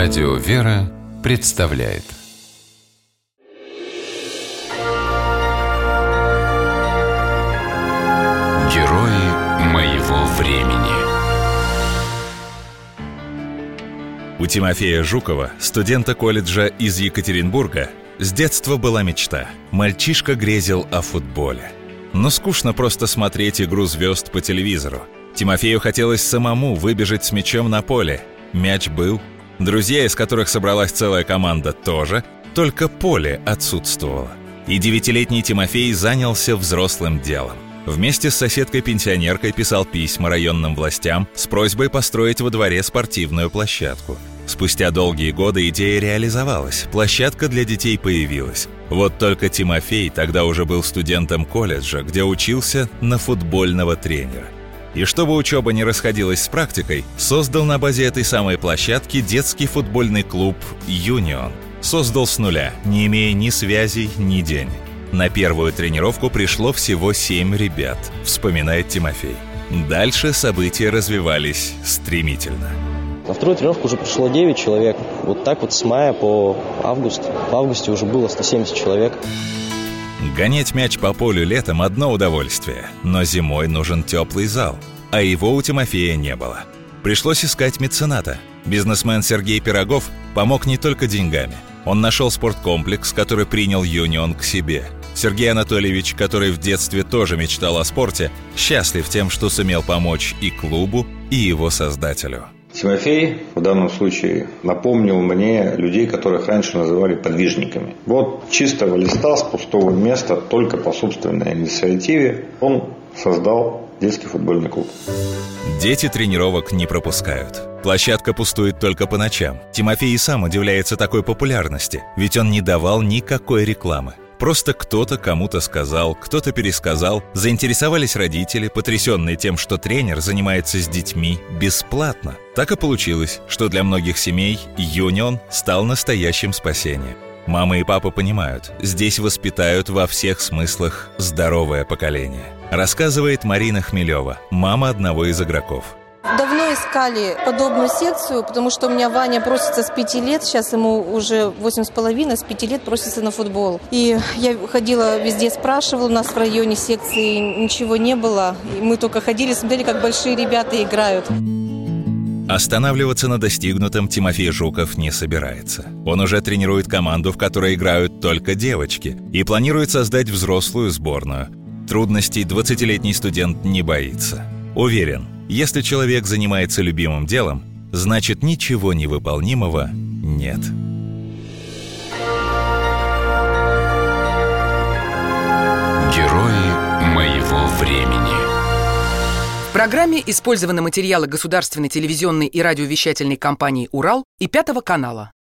Радио «Вера» представляет Герои моего времени. У Тимофея Жукова, студента колледжа из Екатеринбурга, с детства была мечта. Мальчишка грезил о футболе. Но скучно просто смотреть игру звезд по телевизору. Тимофею хотелось самому выбежать с мячом на поле. Мяч был. Друзья, из которых собралась целая команда, тоже. Только поле отсутствовало. И 9-летний Тимофей занялся взрослым делом. Вместе с соседкой-пенсионеркой писал письма районным властям с просьбой построить во дворе спортивную площадку. Спустя долгие годы идея реализовалась, площадка для детей появилась. Вот только Тимофей тогда уже был студентом колледжа, где учился на футбольного тренера. И чтобы учеба не расходилась с практикой, создал на базе этой самой площадки детский футбольный клуб «Юнион». Создал с нуля, не имея ни связей, ни денег. На первую тренировку пришло всего 7 ребят, вспоминает Тимофей. Дальше события развивались стремительно. На вторую тренировку уже пришло 9 человек. Вот так вот с мая по август. В августе уже было 170 человек. Гонять мяч по полю летом – одно удовольствие, но зимой нужен теплый зал, а его у Тимофея не было. Пришлось искать мецената. Бизнесмен Сергей Пирогов помог не только деньгами. Он нашел спорткомплекс, который принял «Юнион» к себе. Сергей Анатольевич, который в детстве тоже мечтал о спорте, счастлив тем, что сумел помочь и клубу, и его создателю. Тимофей в данном случае напомнил мне людей, которых раньше называли подвижниками. Вот чистого листа, с пустого места, только по собственной инициативе он создал детский футбольный клуб. Дети тренировок не пропускают. Площадка пустует только по ночам. Тимофей и сам удивляется такой популярности, ведь он не давал никакой рекламы. Просто кто-то кому-то сказал, кто-то пересказал. Заинтересовались родители, потрясенные тем, что тренер занимается с детьми бесплатно. Так и получилось, что для многих семей «Юнион» стал настоящим спасением. Мама и папа понимают, здесь воспитают во всех смыслах здоровое поколение. Рассказывает Марина Хмелева, мама одного из игроков. Давно искали подобную секцию, потому что у меня Ваня просится с 5 лет, сейчас ему уже 8,5, с 5 лет просится на футбол. И я ходила везде, спрашивала, у нас в районе секции ничего не было. И мы только ходили, смотрели, как большие ребята играют. Останавливаться на достигнутом Тимофей Жуков не собирается. Он уже тренирует команду, в которой играют только девочки, и планирует создать взрослую сборную. Трудностей 20-летний студент не боится. Уверен, если человек занимается любимым делом, значит, ничего невыполнимого нет. Герои моего времени. В программе использованы материалы государственной телевизионной и радиовещательной компании «Урал» и 5 канала.